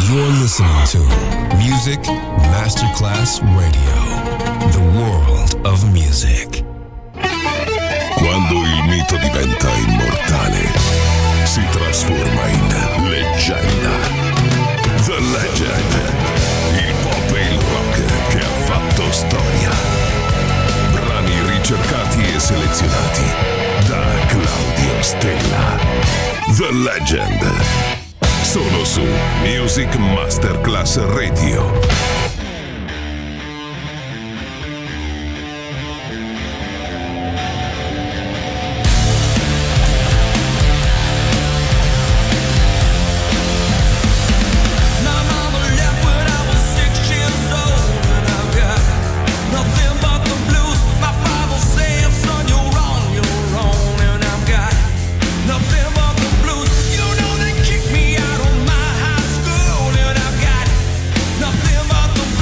You're listening to Music Masterclass Radio, the world of music. Quando il mito diventa immortale, si trasforma in leggenda. The Legend, il pop e il rock che ha fatto storia. Brani ricercati e selezionati da Claudio Stella. The Legend, solo su Music Masterclass Radio. Nothing but the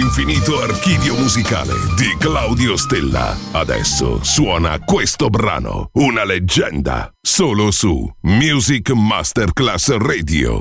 L'infinito archivio musicale di Claudio Stella. Adesso suona questo brano, una leggenda, solo su Music Masterclass Radio.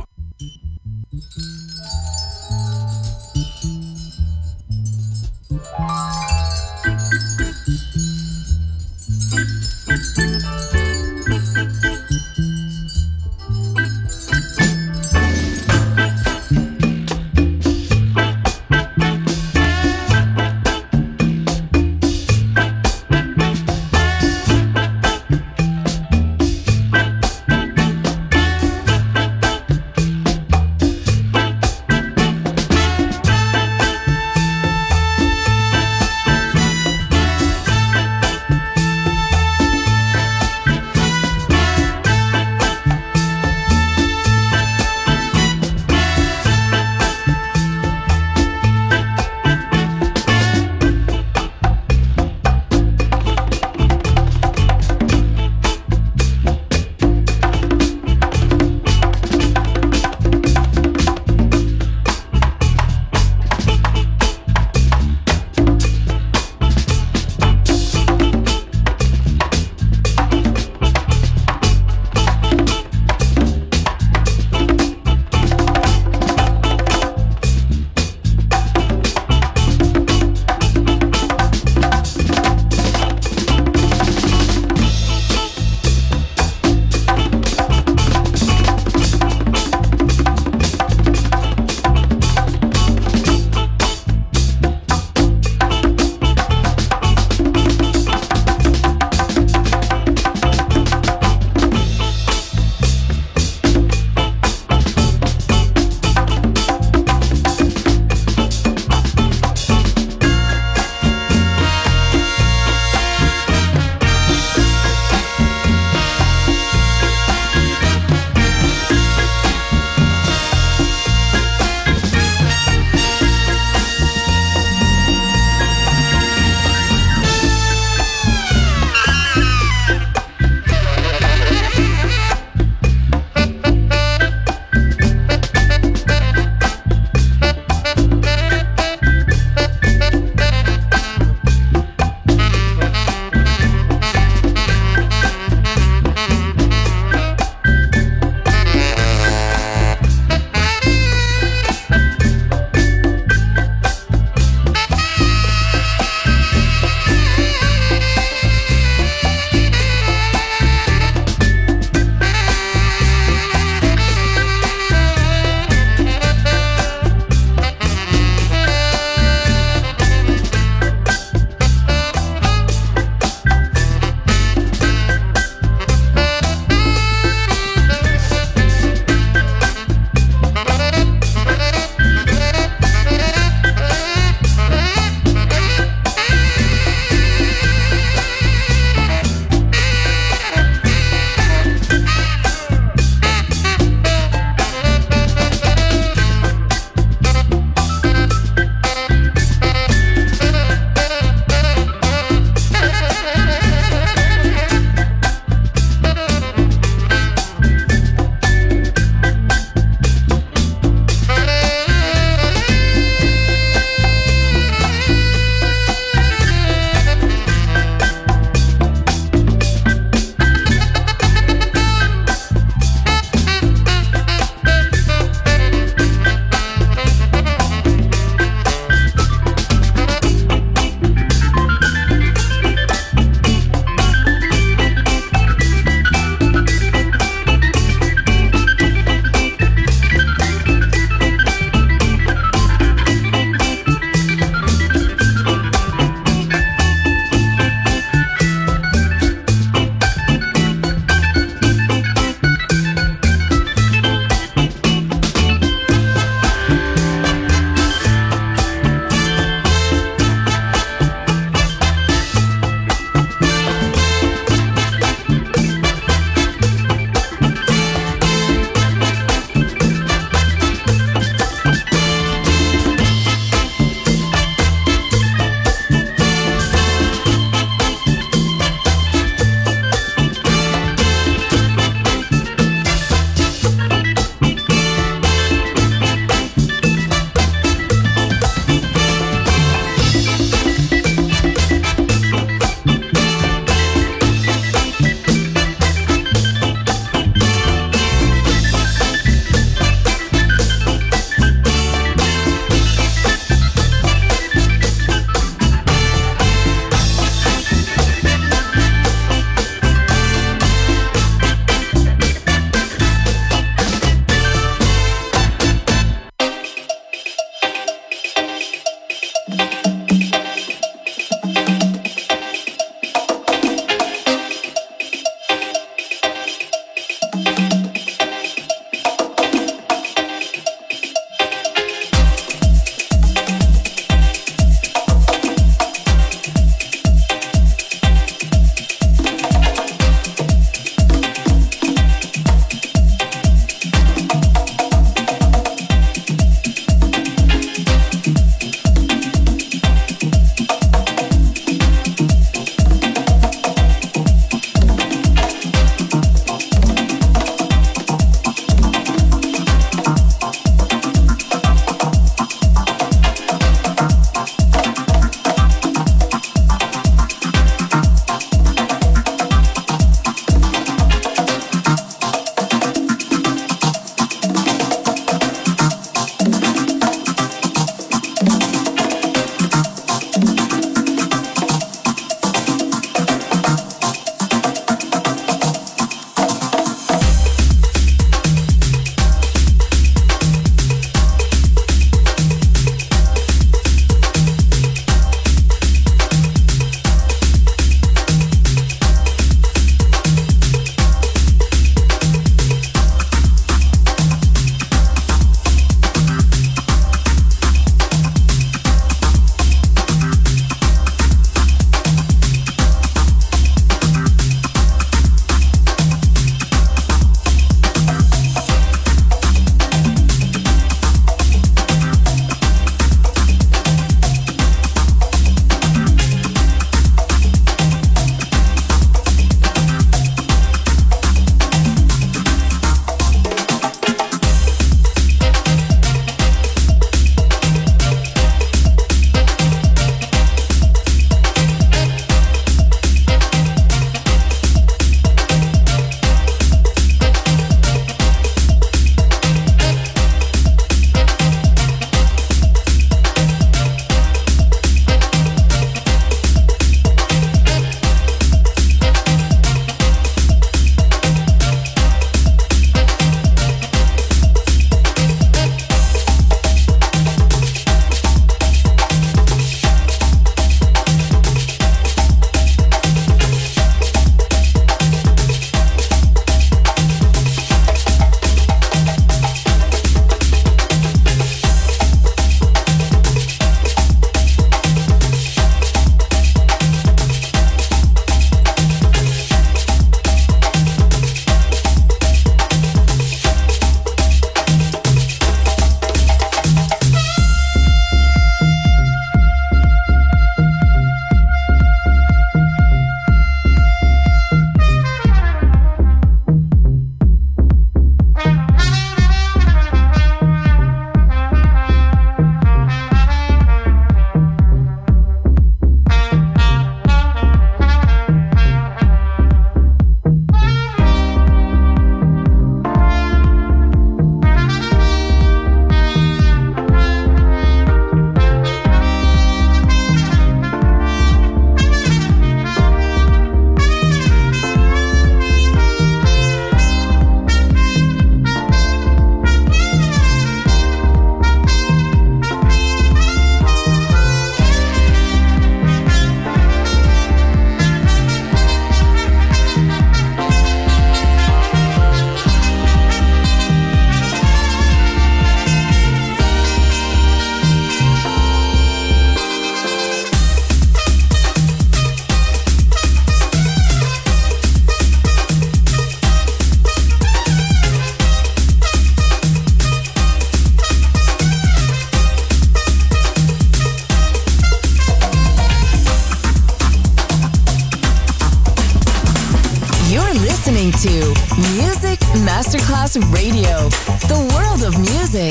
Music Masterclass Radio, the world of music.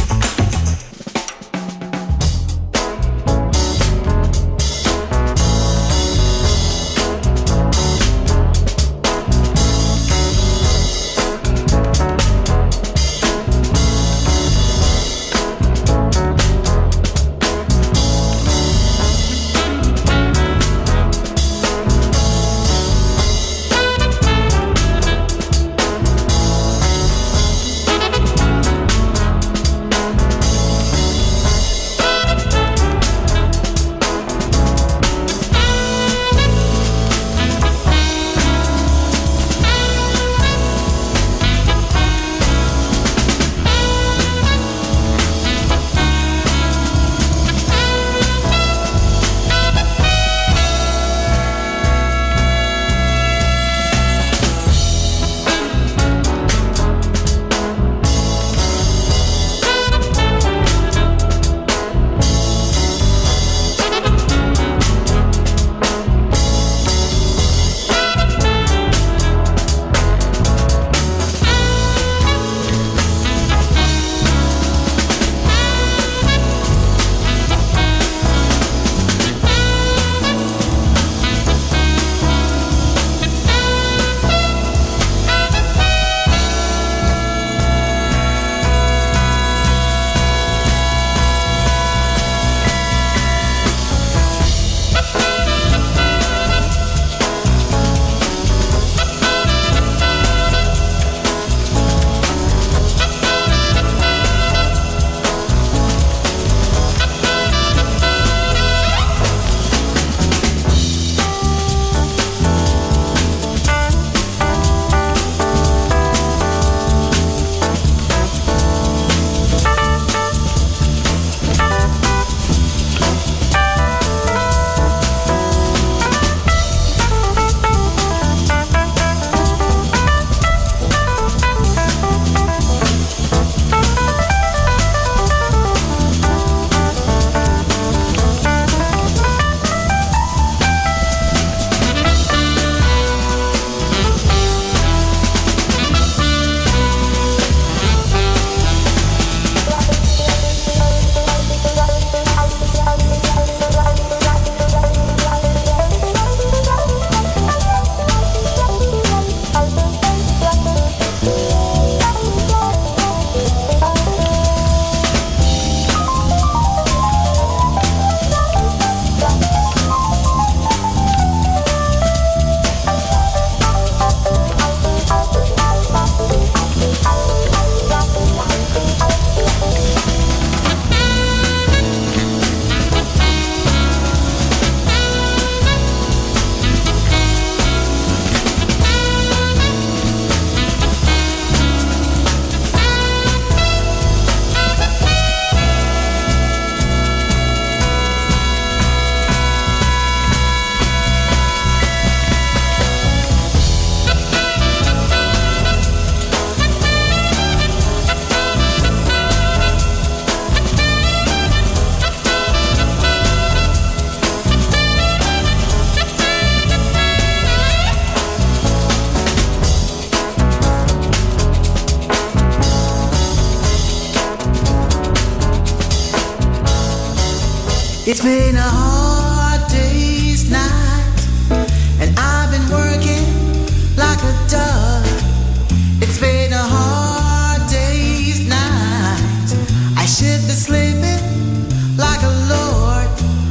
It's been a hard day's night, and I've been working like a dog. It's been a hard day's night. I should be sleeping like a lord,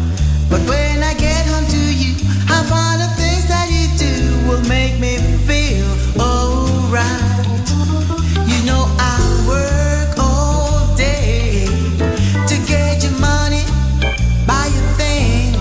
but when I get home to you, I find the things that you do will make me feel alright. You know I work all day to get your money, buy your things.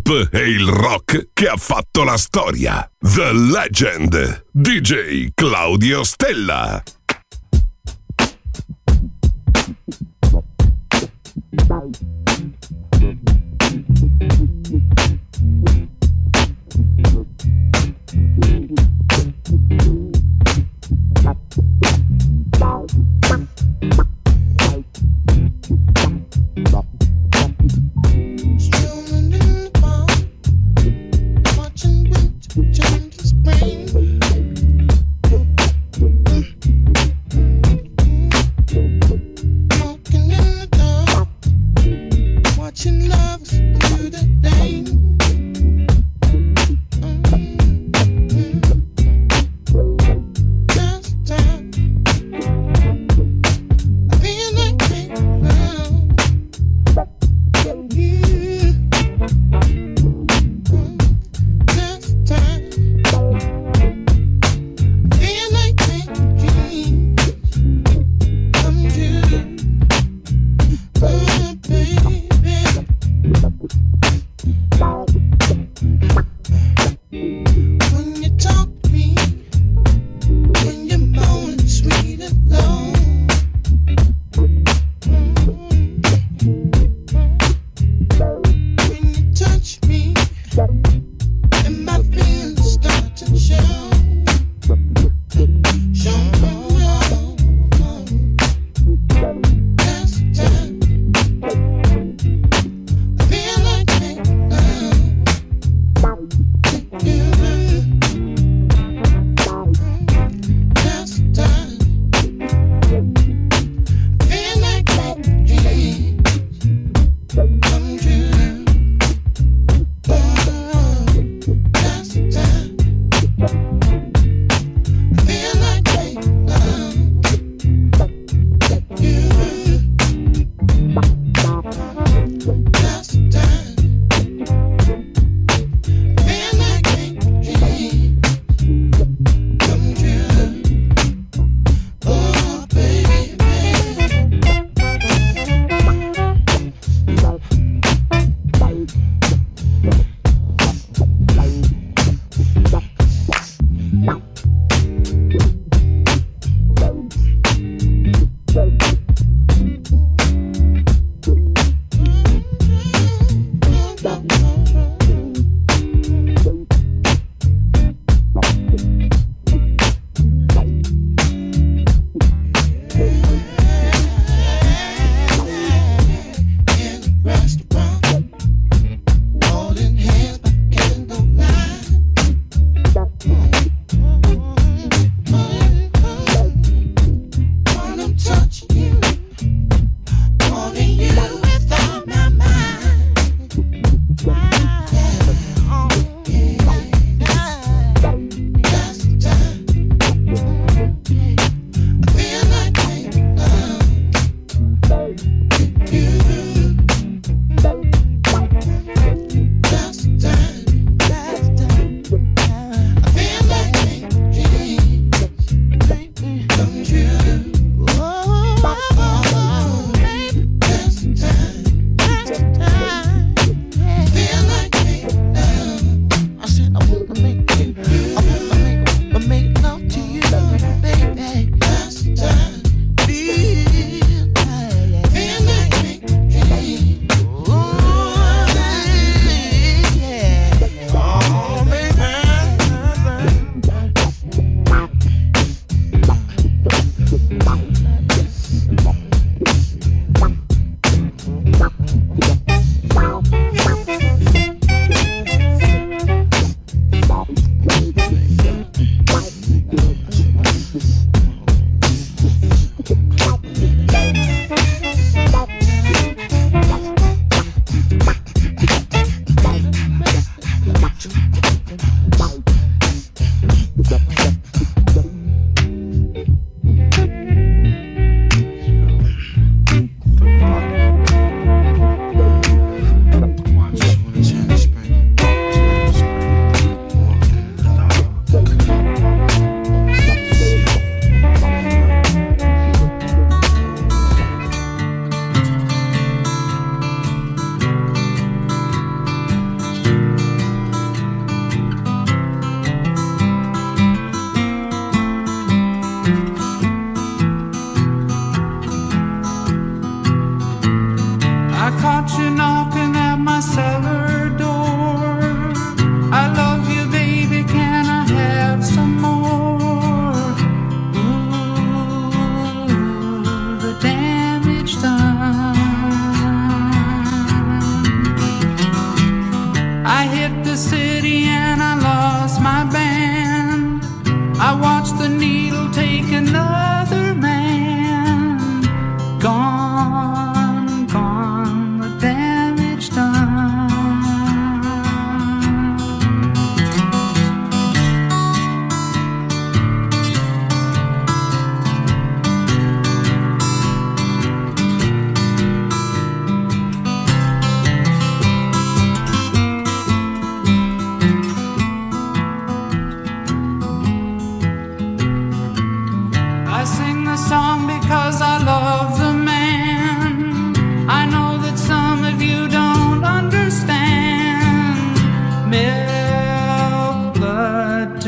pop e il rock che ha fatto la storia. The Legend, DJ Claudio Stella.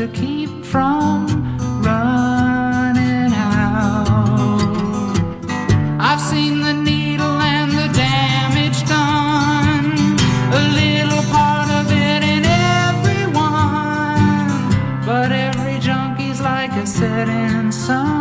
to keep from running out. I've seen the needle and the damage done, a little part of it in everyone, but every junkie's like a setting sun.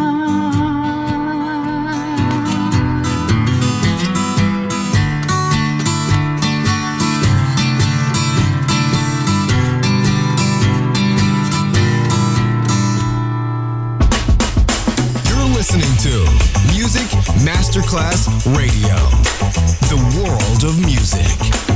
Listening to Music Masterclass Radio, the world of music.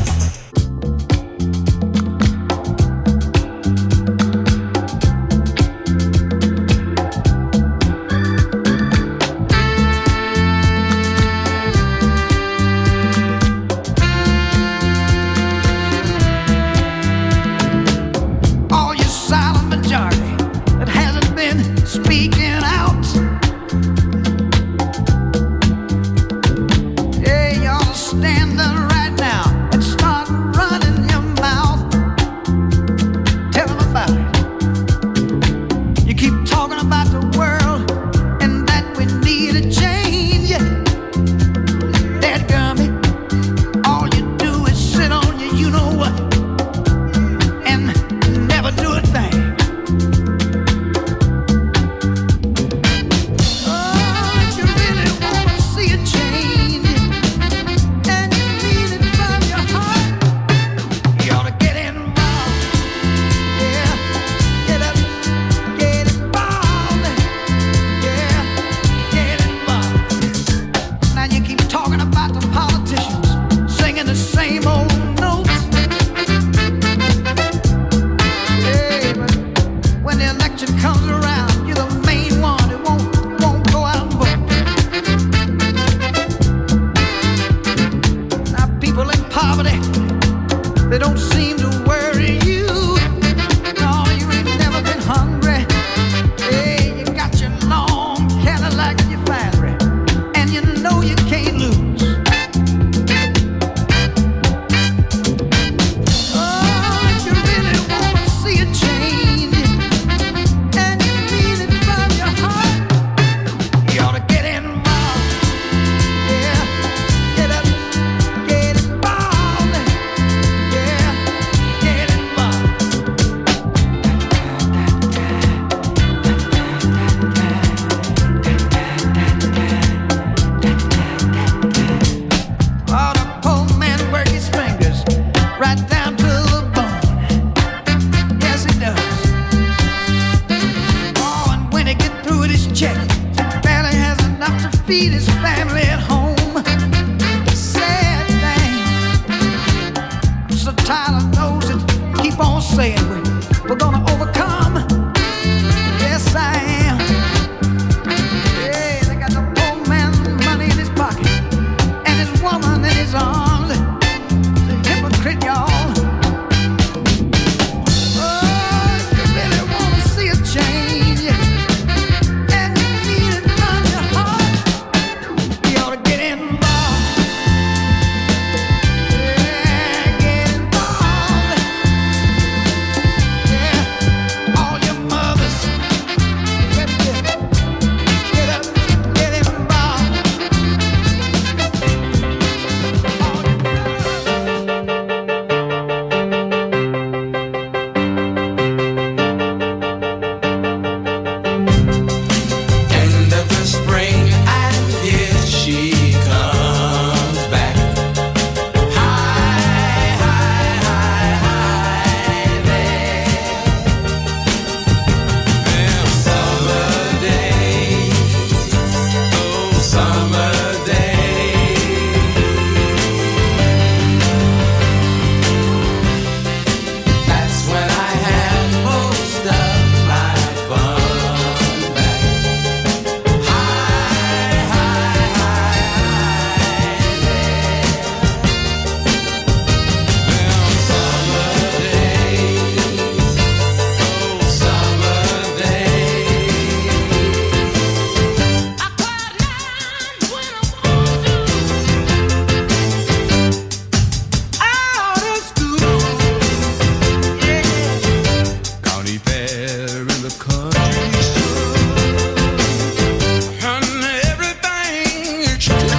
All you silent majority that hasn't been speaking out. Standing right now and there in the country and everything is true.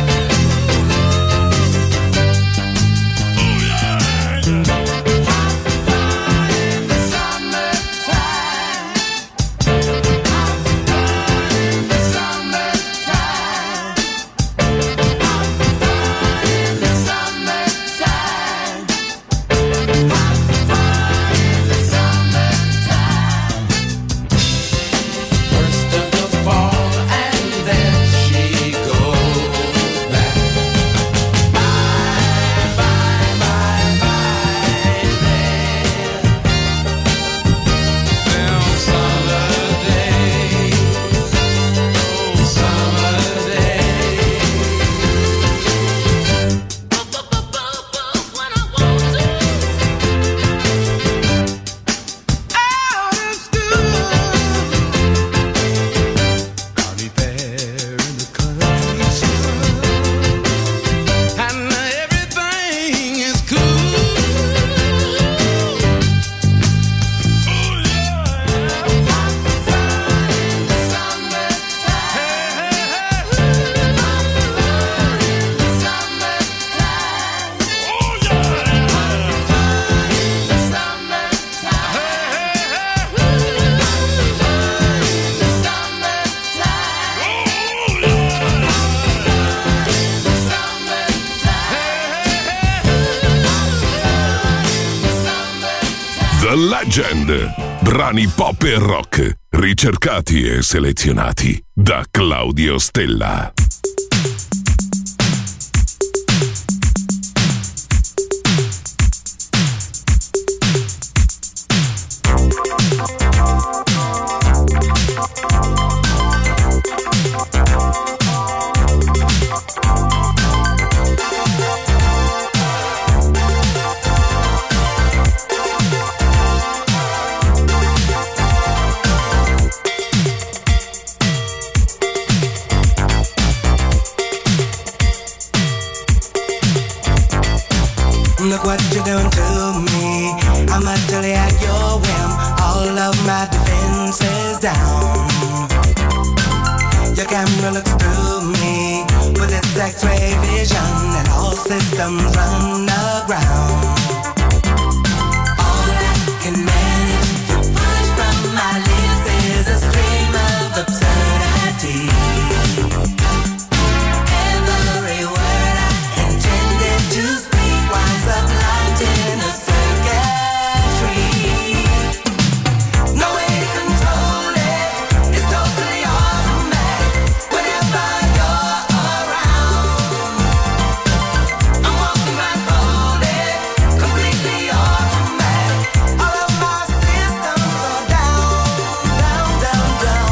Legend, brani pop e rock, ricercati e selezionati da Claudio Stella. Look what you're doing to me. I'm utterly at your whim. All of my defenses down. Your camera looks through me with its X-ray vision, and all systems run aground. All I can manage to push from my lips is a stream of absurdity. Every word I intended to speak winds up locked in a circuitry. No way to control it, it's totally automatic. Whenever you're around, I'm walking blindfolded, completely automatic. All of my systems are down, down, down, down.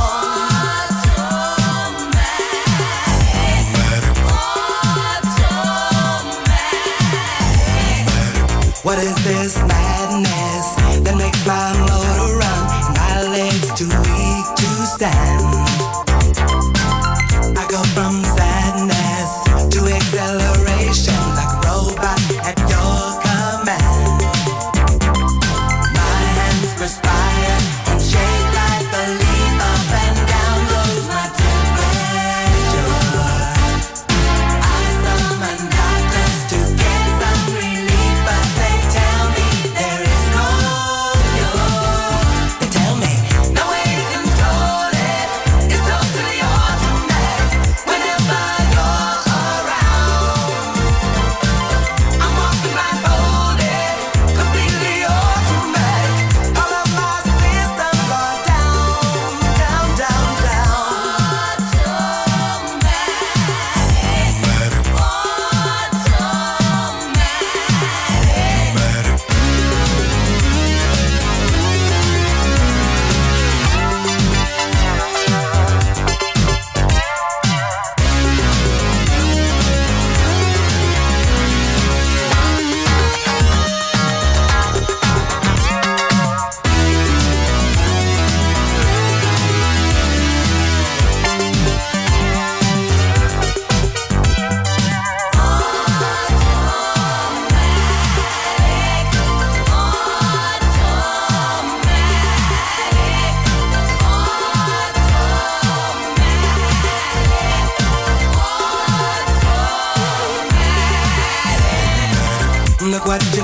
What is this madness that makes my motor run and my legs too weak to stand? I go from sadness to acceleration like a robot at your command. My hands perspire and shake like a leaf. Up and down goes my temperature. I summon doctors to get some relief, but they tell me there is no cure. They tell me no way to control it,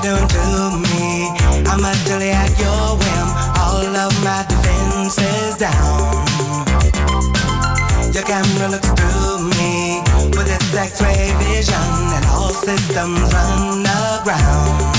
you're doing to me. I'm utterly at your whim. All of my defenses down. Your camera looks through me with its X-ray vision, and all systems run aground.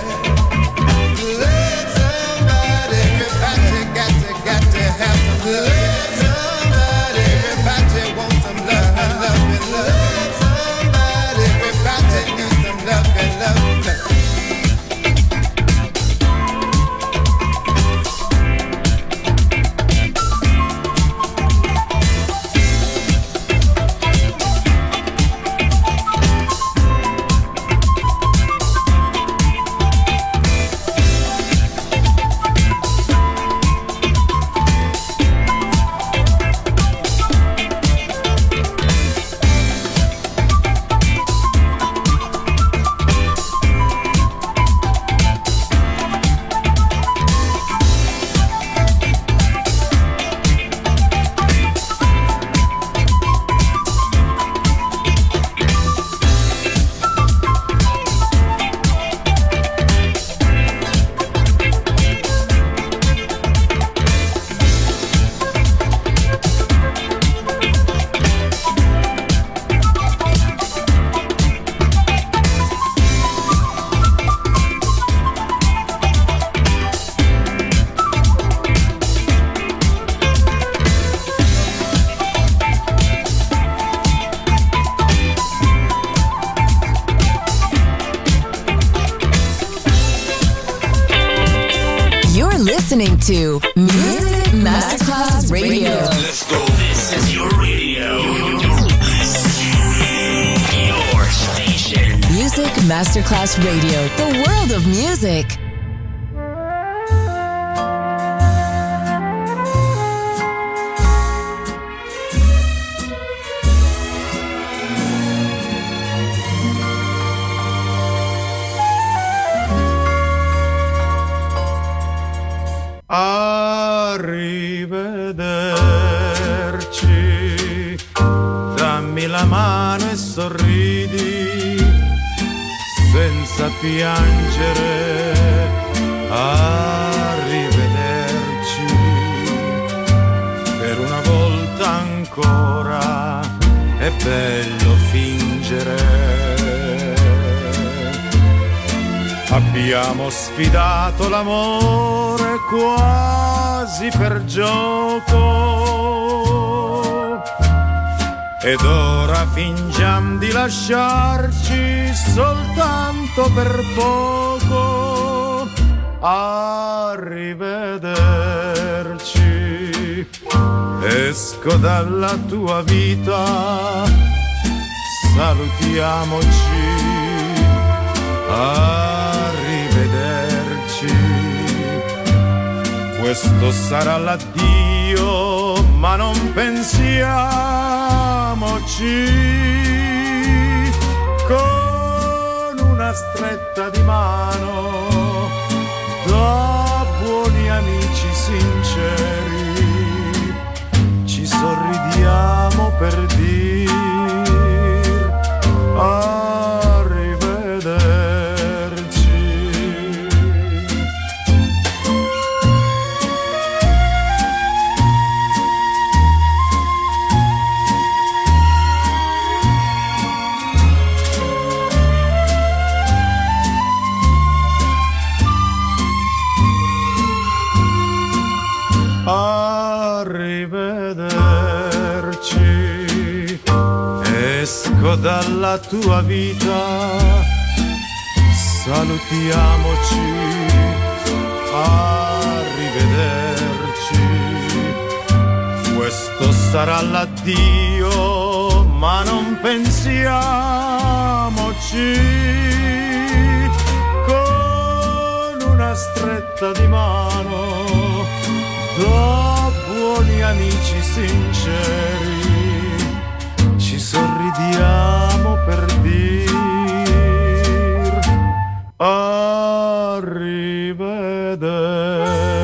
Got to have some love. to Music Masterclass Radio. Let's go. This is your radio. Your station. Music Masterclass Radio. The world of music. Arrivederci, dammi la mano e sorridi senza piangere. Arrivederci, per una volta ancora è bello fingere. Abbiamo sfidato l'amore quasi per gioco ed ora fingiamo di lasciarci soltanto per poco. Arrivederci, esco dalla tua vita, salutiamoci. Arrivederci, questo sarà l'addio, ma non pensiamoci. Con una stretta di mano, da buoni amici sinceri, ci sorridiamo per dir arrivederci, esco dalla tua vita, salutiamoci. Arrivederci, questo sarà l'addio, ma non pensiamoci. Con una stretta di mano, da buoni amici sinceri, ci sorridiamo per dir arrivederci.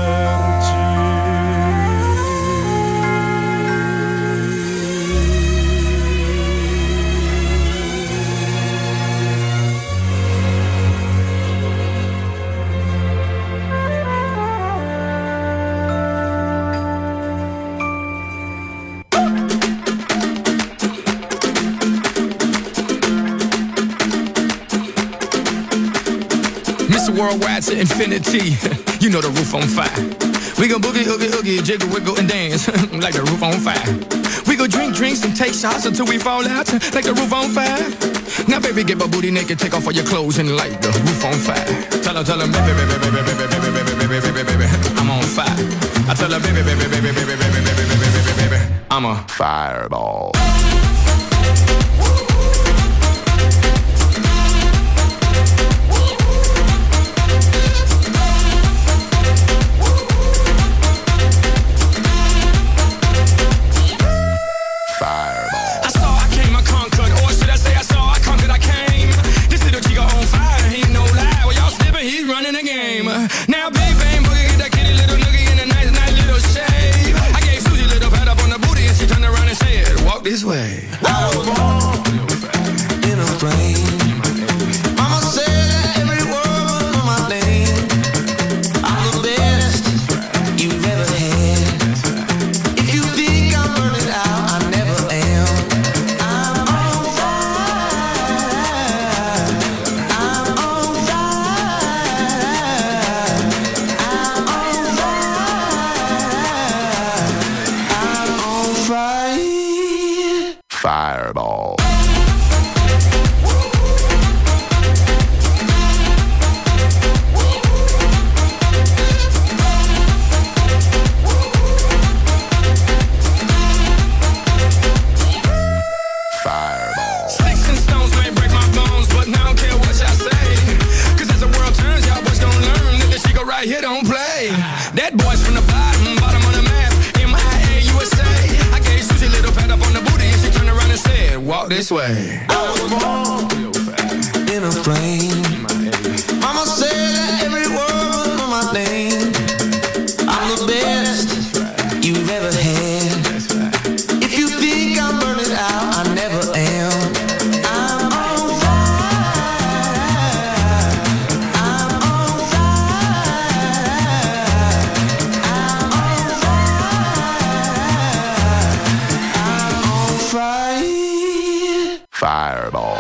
Worldwide to infinity, you know the roof on fire. We gon' boogie, oogie, oogie, jiggle, wiggle, and dance like the roof on fire. We go drink drinks and take shots until we fall out like the roof on fire. Now baby, get my booty naked, take off all your clothes and light the roof on fire. Tell her, baby, baby, baby, baby, baby, baby, baby, baby, baby, I'm on fire. I tell her, baby, baby, baby, baby, baby, baby, baby, baby, baby, I'm a fireball. Now big bang boogie, get that kitty little noogie in a nice little shade. I gave Susie a little pat up on the booty and she turned around and said, walk this way. I was born in a plane. Mama said every word was on my lane. I'm the best you've ever had. If you think I'm burning out, I never am. I'm on fire. I'm on fire. Fireball. this way. I was born in a plane. Mama said that every word was on my name. I'm the best you've ever had. If you think I'm burning out, I never am. I'm on fire. I'm on fire. I'm on fire. I'm on fire. Fireball.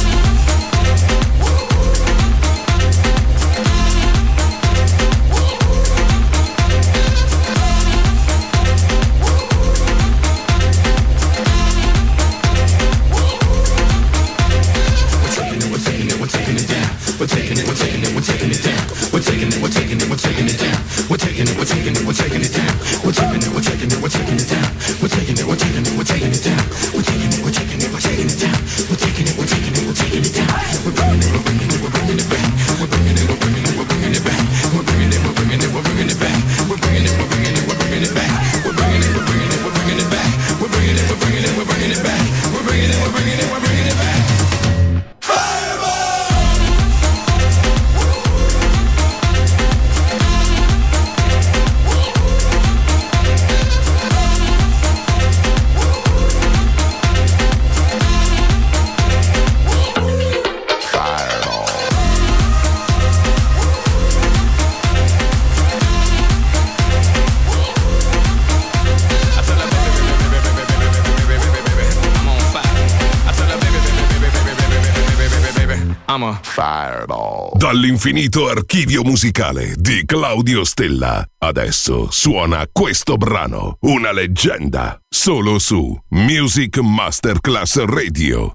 We're taking it down. We're taking it down. We're taking it down. We're taking it down. We're taking it down. We're taking it down. We're taking it down. We're taking it down. We're taking it down. We're taking it down. We're bringing it back. We're bringing it back. We're bringing it back. We're bringing it back. We're bringing it back. We're bringing it back. We're bringing it back. We're bringing it back. I'm a Fireball. Dall'infinito archivio musicale di Claudio Stella. Adesso suona questo brano, una leggenda, solo su Music Masterclass Radio.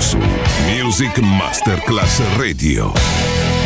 su Music Masterclass Radio.